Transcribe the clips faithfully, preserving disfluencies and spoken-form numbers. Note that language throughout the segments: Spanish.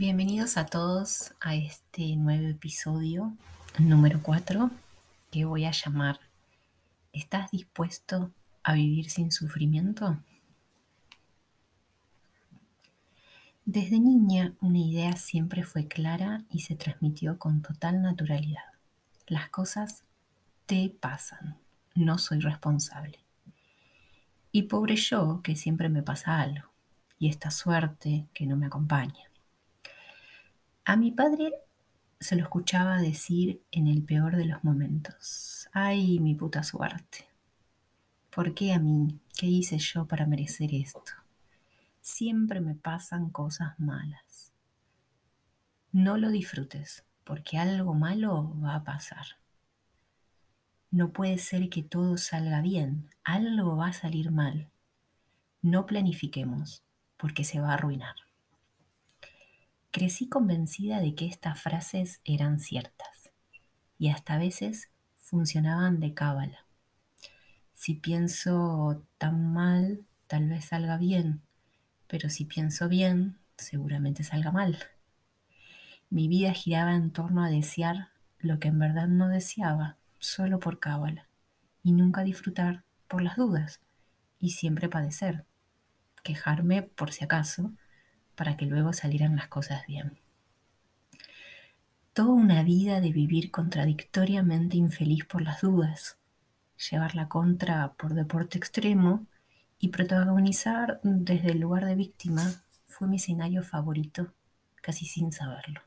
Bienvenidos a todos a este nuevo episodio, número cuatro, que voy a llamar ¿Estás dispuesto a vivir sin sufrimiento? Desde niña una idea siempre fue clara y se transmitió con total naturalidad. Las cosas te pasan, no soy responsable. Y pobre yo, que siempre me pasa algo, y esta suerte que no me acompaña. A mi padre se lo escuchaba decir en el peor de los momentos: ay, mi puta suerte. ¿Por qué a mí? ¿Qué hice yo para merecer esto? Siempre me pasan cosas malas. No lo disfrutes, porque algo malo va a pasar. No puede ser que todo salga bien, algo va a salir mal. No planifiquemos, porque se va a arruinar. Crecí convencida de que estas frases eran ciertas y hasta a veces funcionaban de cábala. Si pienso tan mal, tal vez salga bien, pero si pienso bien, seguramente salga mal. Mi vida giraba en torno a desear lo que en verdad no deseaba, solo por cábala, y nunca disfrutar por las dudas, y siempre padecer, quejarme por si acaso, para que luego salieran las cosas bien. Toda una vida de vivir contradictoriamente infeliz por las dudas, llevar la contra por deporte extremo y protagonizar desde el lugar de víctima fue mi escenario favorito, casi sin saberlo.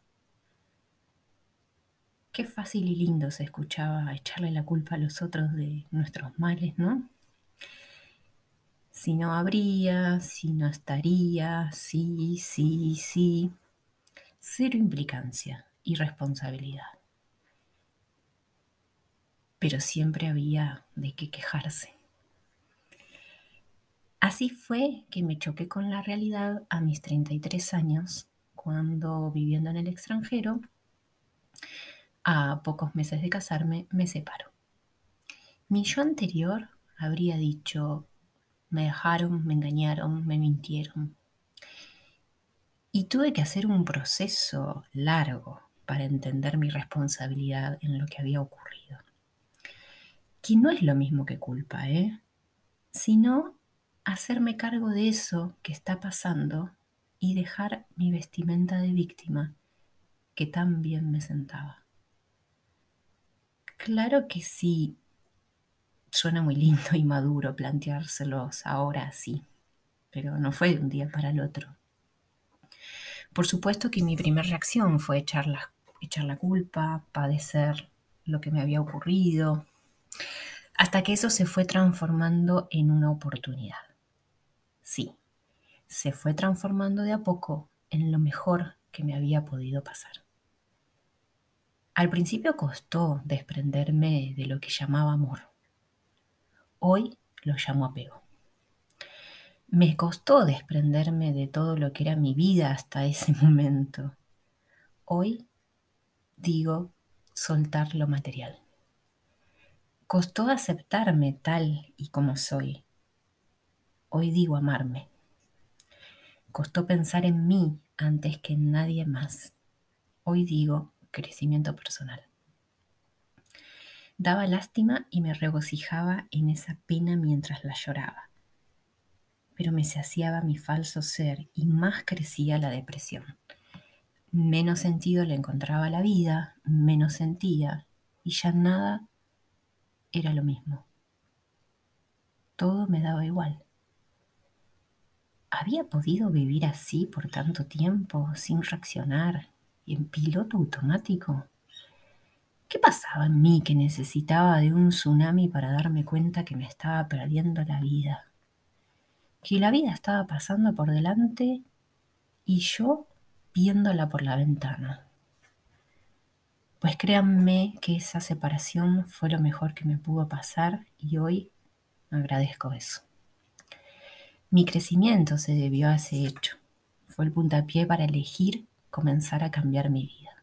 Qué fácil y lindo se escuchaba echarle la culpa a los otros de nuestros males, ¿no? Si no habría, si no estaría, sí, sí, sí. Cero implicancia y responsabilidad. Pero siempre había de qué quejarse. Así fue que me choqué con la realidad a mis treinta y tres años, cuando viviendo en el extranjero, a pocos meses de casarme, me separo. Mi yo anterior habría dicho: me dejaron, me engañaron, me mintieron. Y tuve que hacer un proceso largo para entender mi responsabilidad en lo que había ocurrido. Que no es lo mismo que culpa, ¿eh? Sino hacerme cargo de eso que está pasando y dejar mi vestimenta de víctima, que tan bien me sentaba. Claro que sí, suena muy lindo y maduro planteárselos ahora así, pero no fue de un día para el otro. Por supuesto que mi primera reacción fue echar la, echar la culpa, padecer lo que me había ocurrido, hasta que eso se fue transformando en una oportunidad. Sí, se fue transformando de a poco en lo mejor que me había podido pasar. Al principio costó desprenderme de lo que llamaba amor. Hoy lo llamo apego. Me costó desprenderme de todo lo que era mi vida hasta ese momento. Hoy digo soltar lo material. Costó aceptarme tal y como soy. Hoy digo amarme. Costó pensar en mí antes que en nadie más. Hoy digo crecimiento personal. Daba lástima y me regocijaba en esa pena mientras la lloraba. Pero me saciaba mi falso ser y más crecía la depresión. Menos sentido le encontraba a la vida, menos sentía, y ya nada era lo mismo. Todo me daba igual. ¿Había podido vivir así por tanto tiempo, sin reaccionar y en piloto automático? ¿Qué pasaba en mí que necesitaba de un tsunami para darme cuenta que me estaba perdiendo la vida? Que la vida estaba pasando por delante y yo viéndola por la ventana. Pues créanme que esa separación fue lo mejor que me pudo pasar y hoy agradezco eso. Mi crecimiento se debió a ese hecho. Fue el puntapié para elegir comenzar a cambiar mi vida.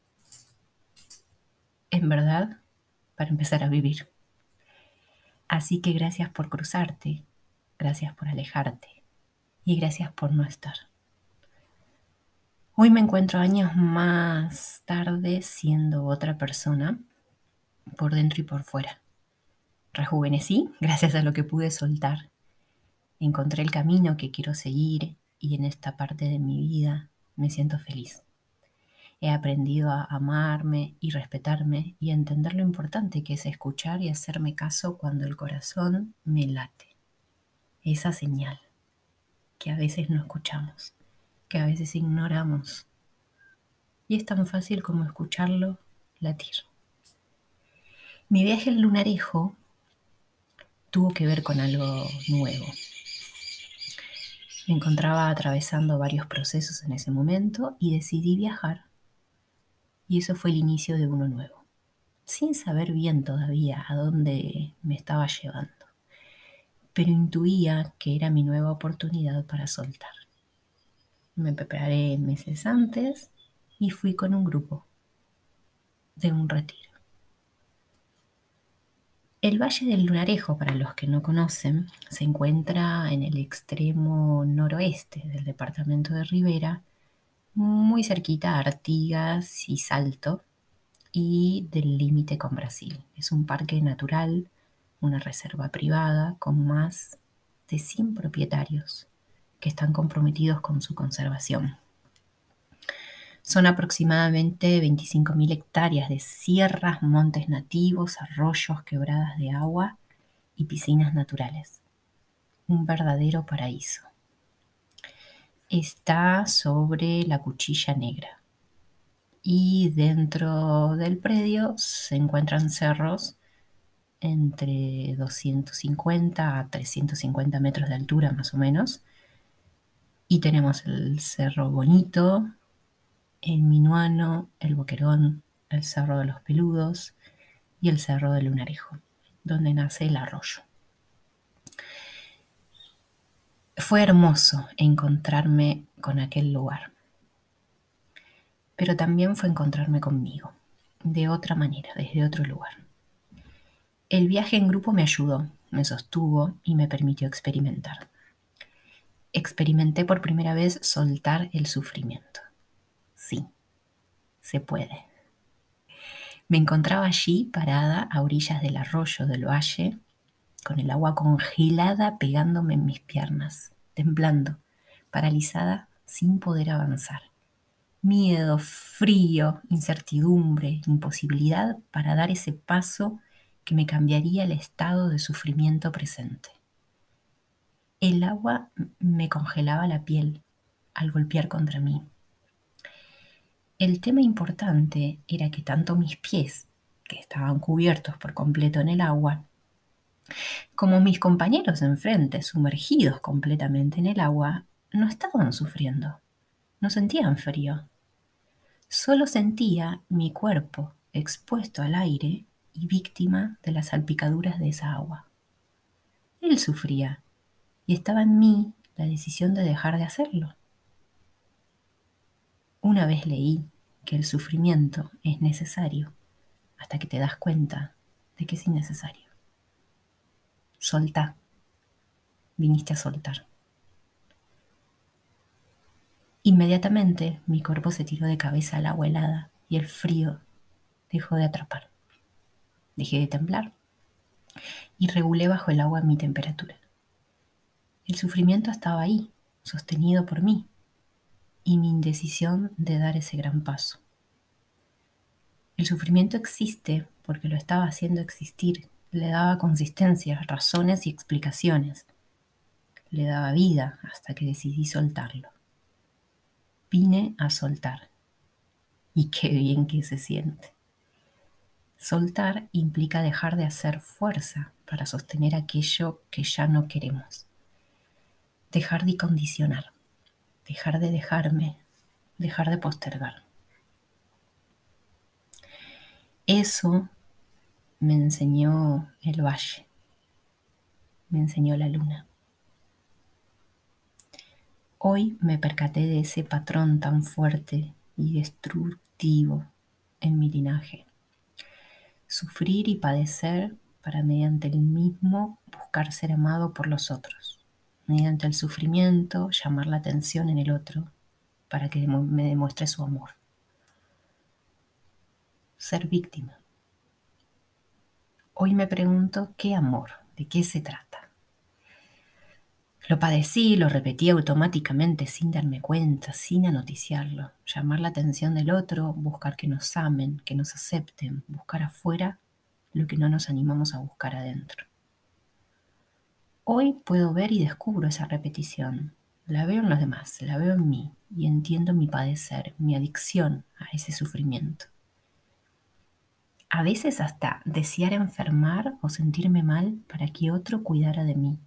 En verdad, para empezar a vivir. Así que gracias por cruzarte, gracias por alejarte y gracias por no estar. Hoy me encuentro años más tarde siendo otra persona, por dentro y por fuera. Rejuvenecí gracias a lo que pude soltar. Encontré el camino que quiero seguir y en esta parte de mi vida me siento feliz. He aprendido a amarme y respetarme y a entender lo importante que es escuchar y hacerme caso cuando el corazón me late. Esa señal que a veces no escuchamos, que a veces ignoramos. Y es tan fácil como escucharlo latir. Mi viaje al lunarejo tuvo que ver con algo nuevo. Me encontraba atravesando varios procesos en ese momento y decidí viajar. Y eso fue el inicio de uno nuevo, sin saber bien todavía a dónde me estaba llevando. Pero intuía que era mi nueva oportunidad para soltar. Me preparé meses antes y fui con un grupo de un retiro. El Valle del Lunarejo, para los que no conocen, se encuentra en el extremo noroeste del departamento de Rivera, muy cerquita a Artigas y Salto y del límite con Brasil. Es un parque natural, una reserva privada con más de cien propietarios que están comprometidos con su conservación. Son aproximadamente veinticinco mil hectáreas de sierras, montes nativos, arroyos, quebradas de agua y piscinas naturales. Un verdadero paraíso. Está sobre la Cuchilla Negra y dentro del predio se encuentran cerros entre doscientos cincuenta a trescientos cincuenta metros de altura más o menos. Y tenemos el Cerro Bonito, el Minuano, el Boquerón, el Cerro de los Peludos y el Cerro del Lunarejo, donde nace el arroyo. Fue hermoso encontrarme con aquel lugar, pero también fue encontrarme conmigo, de otra manera, desde otro lugar. El viaje en grupo me ayudó, me sostuvo y me permitió experimentar. Experimenté por primera vez soltar el sufrimiento. Sí, se puede. Me encontraba allí parada a orillas del arroyo del valle, con el agua congelada pegándome en mis piernas, temblando, paralizada sin poder avanzar. Miedo, frío, incertidumbre, imposibilidad para dar ese paso que me cambiaría el estado de sufrimiento presente. El agua me congelaba la piel al golpear contra mí. El tema importante era que tanto mis pies, que estaban cubiertos por completo en el agua, como mis compañeros enfrente, sumergidos completamente en el agua, no estaban sufriendo, no sentían frío. Solo sentía mi cuerpo expuesto al aire y víctima de las salpicaduras de esa agua. Él sufría y estaba en mí la decisión de dejar de hacerlo. Una vez leí que el sufrimiento es necesario hasta que te das cuenta de que es innecesario. Soltá. Viniste a soltar. Inmediatamente mi cuerpo se tiró de cabeza al agua helada y el frío dejó de atrapar. Dejé de temblar y regulé bajo el agua mi temperatura. El sufrimiento estaba ahí, sostenido por mí, y mi indecisión de dar ese gran paso. El sufrimiento existe porque lo estaba haciendo existir, le daba consistencia, razones y explicaciones. Le daba vida hasta que decidí soltarlo. Vine a soltar. Y qué bien que se siente. Soltar implica dejar de hacer fuerza para sostener aquello que ya no queremos. Dejar de condicionar, dejar de dejarme, dejar de postergar. Eso me enseñó el valle, me enseñó la luna. Hoy me percaté de ese patrón tan fuerte y destructivo en mi linaje. Sufrir y padecer para mediante el mismo buscar ser amado por los otros. Mediante el sufrimiento llamar la atención en el otro para que me demuestre su amor. Ser víctima. Hoy me pregunto, ¿qué amor? ¿De qué se trata? Lo padecí, lo repetí automáticamente sin darme cuenta, sin anoticiarlo. Llamar la atención del otro, buscar que nos amen, que nos acepten, buscar afuera lo que no nos animamos a buscar adentro. Hoy puedo ver y descubro esa repetición. La veo en los demás, la veo en mí y entiendo mi padecer, mi adicción a ese sufrimiento. A veces hasta desear enfermar o sentirme mal para que otro cuidara de mí.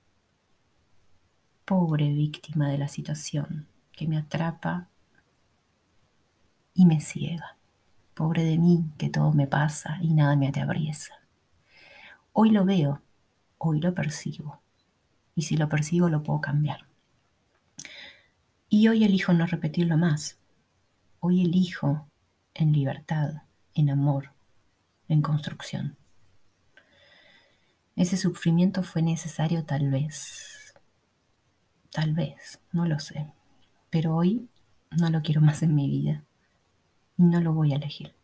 Pobre víctima de la situación que me atrapa y me ciega. Pobre de mí que todo me pasa y nada me atraviesa. Hoy lo veo, hoy lo percibo. Y si lo percibo lo puedo cambiar. Y hoy elijo no repetirlo más. Hoy elijo en libertad, en amor, en construcción. Ese sufrimiento fue necesario tal vez. Tal vez, no lo sé. Pero hoy no lo quiero más en mi vida. Y no lo voy a elegir.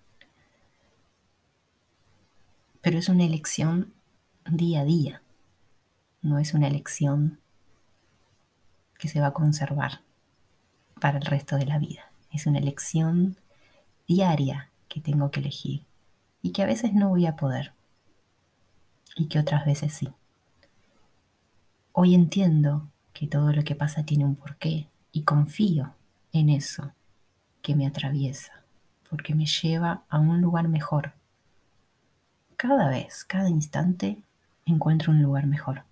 Pero es una elección día a día. No es una elección que se va a conservar para el resto de la vida. Es una elección diaria que tengo que elegir y que a veces no voy a poder y que otras veces sí. Hoy entiendo que todo lo que pasa tiene un porqué y confío en eso que me atraviesa, porque me lleva a un lugar mejor. Cada vez, cada instante, encuentro un lugar mejor.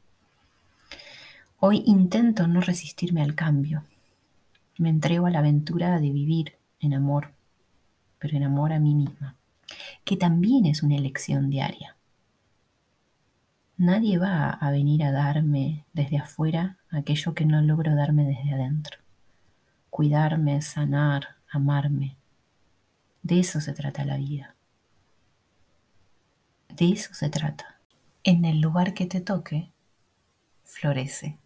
Hoy intento no resistirme al cambio. Me entrego a la aventura de vivir en amor, pero en amor a mí misma, que también es una elección diaria. Nadie va a venir a darme desde afuera aquello que no logro darme desde adentro. Cuidarme, sanar, amarme. De eso se trata la vida. De eso se trata. En el lugar que te toque, florece.